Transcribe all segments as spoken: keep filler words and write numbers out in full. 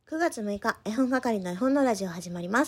くがつむいか、絵本係の絵本のラジオ始まります。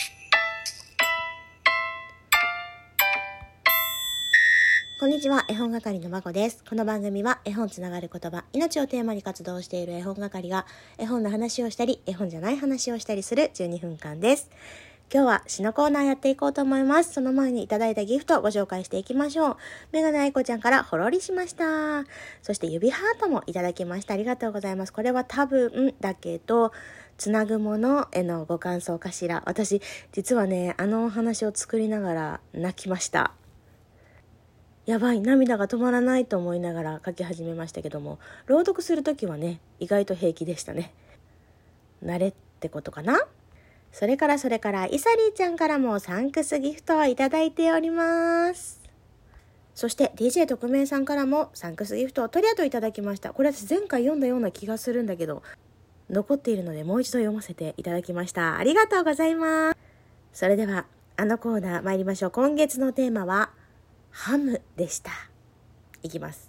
こんにちは、絵本係のまこです。この番組は絵本つながる言葉、命をテーマに活動している絵本係が絵本の話をしたり、絵本じゃない話をしたりするじゅうにふんかんです。今日は詩のコーナーやっていこうと思います。その前にいただいたギフトをご紹介していきましょう。メガネアイコちゃんからほろりしました。そして指ハートもいただきました。ありがとうございます。これは多分だけど、つなぐものへのご感想かしら。私、実はね、あのお話を作りながら泣きました。やばい、涙が止まらないと思いながら書き始めましたけども、朗読するときはね、意外と平気でしたね。慣れってことかな。それからそれからイサリーちゃんからもサンクスギフトをいただいております。そして ディージェー 特命さんからもサンクスギフトをとりあといただきました。これ私前回読んだような気がするんだけど、残っているのでもう一度読ませていただきました。ありがとうございます。それではあのコーナー参りましょう。今月のテーマはハムでした。いきます。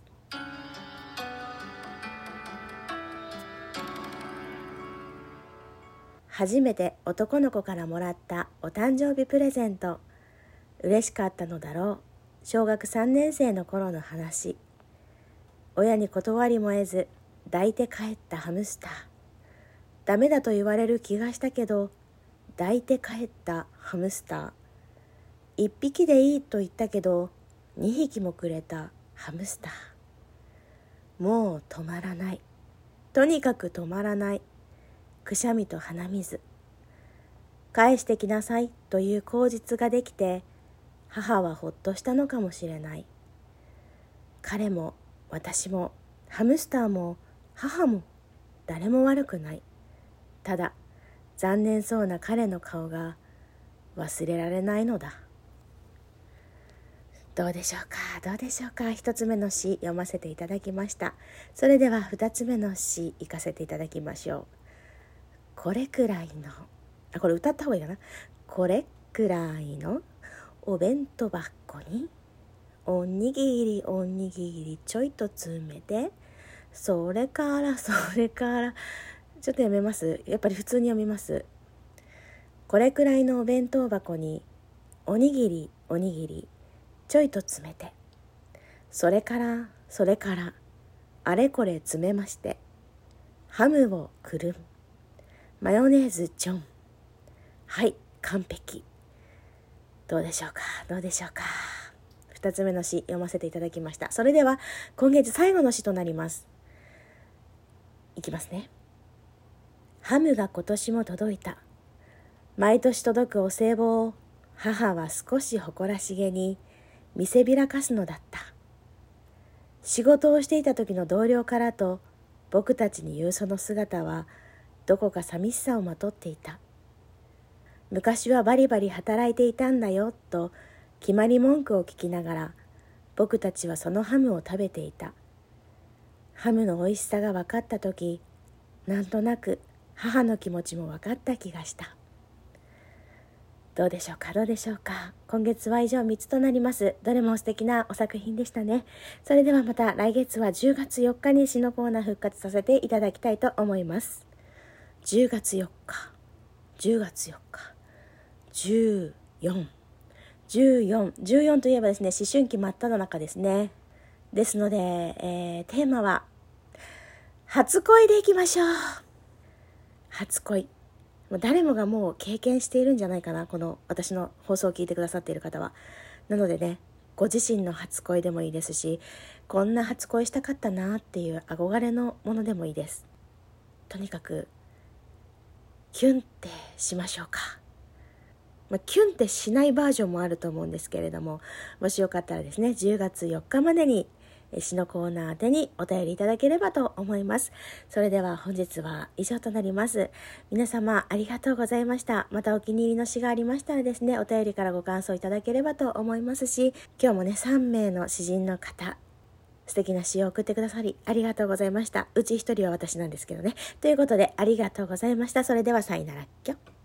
初めて男の子からもらったお誕生日プレゼント。嬉しかったのだろう。小学さんねん生の頃の話。親に断りも得ず抱いて帰ったハムスター。ダメだと言われる気がしたけど抱いて帰ったハムスター。一匹でいいと言ったけど二匹もくれたハムスター。もう止まらない。とにかく止まらない。くしゃみと鼻水。返してきなさいという口実ができて、母はほっとしたのかもしれない。彼も私もハムスターも母も誰も悪くない。ただ残念そうな彼の顔が忘れられないのだ。どうでしょうかどうでしょうか。一つ目の詩読ませていただきました。それでは二つ目の詩行かせていただきましょう。これくらいのあこれ歌った方がいいかな。これくらいのお弁当箱におにぎりおにぎりちょいと詰めて、それからそれからちょっとやめます。やっぱり普通に読みます。これくらいのお弁当箱におにぎりおにぎりちょいと詰めて、それからそれからあれこれ詰めまして、ハムをくるん、マヨネーズちょん。はい、完璧。どうでしょうかどうでしょうか。二つ目の詩読ませていただきました。それでは今月最後の詩となります。いきますね。ハムが今年も届いた。毎年届くお歳暮を母は少し誇らしげに見せびらかすのだった。仕事をしていた時の同僚からと僕たちに言うその姿はどこか寂しさをまとっていた。昔はバリバリ働いていたんだよと決まり文句を聞きながら僕たちはそのハムを食べていた。ハムの美味しさが分かったとき、なんとなく母の気持ちも分かった気がした。どうでしょうかどうでしょうか。今月は以上みっつとなります。どれも素敵なお作品でしたね。それではまた来月はじゅうがつよっかに詩のコーナー復活させていただきたいと思います。じゅうがつよっかじゅうがつよっかじゅうよん、じゅうよん、じゅうよんといえばですね、思春期真っ只中ですね。ですので、えー、テーマは初恋でいきましょう。初恋。もう誰もがもう経験しているんじゃないかな、この私の放送を聞いてくださっている方は。なのでね、ご自身の初恋でもいいですし、こんな初恋したかったなっていう憧れのものでもいいです。とにかくキュンってしましょうか。まあ、キュンってしないバージョンもあると思うんですけれども、もしよかったらですね、じゅうがつよっかまでに詩のコーナー宛てにお便りいただければと思います。それでは本日は以上となります。皆様ありがとうございました。またお気に入りの詩がありましたらですね、お便りからご感想いただければと思いますし、今日もねさんめいの詩人の方、素敵な詩を送ってくださりありがとうございました。うち一人は私なんですけどね。ということでありがとうございました。それではさよならっきょ。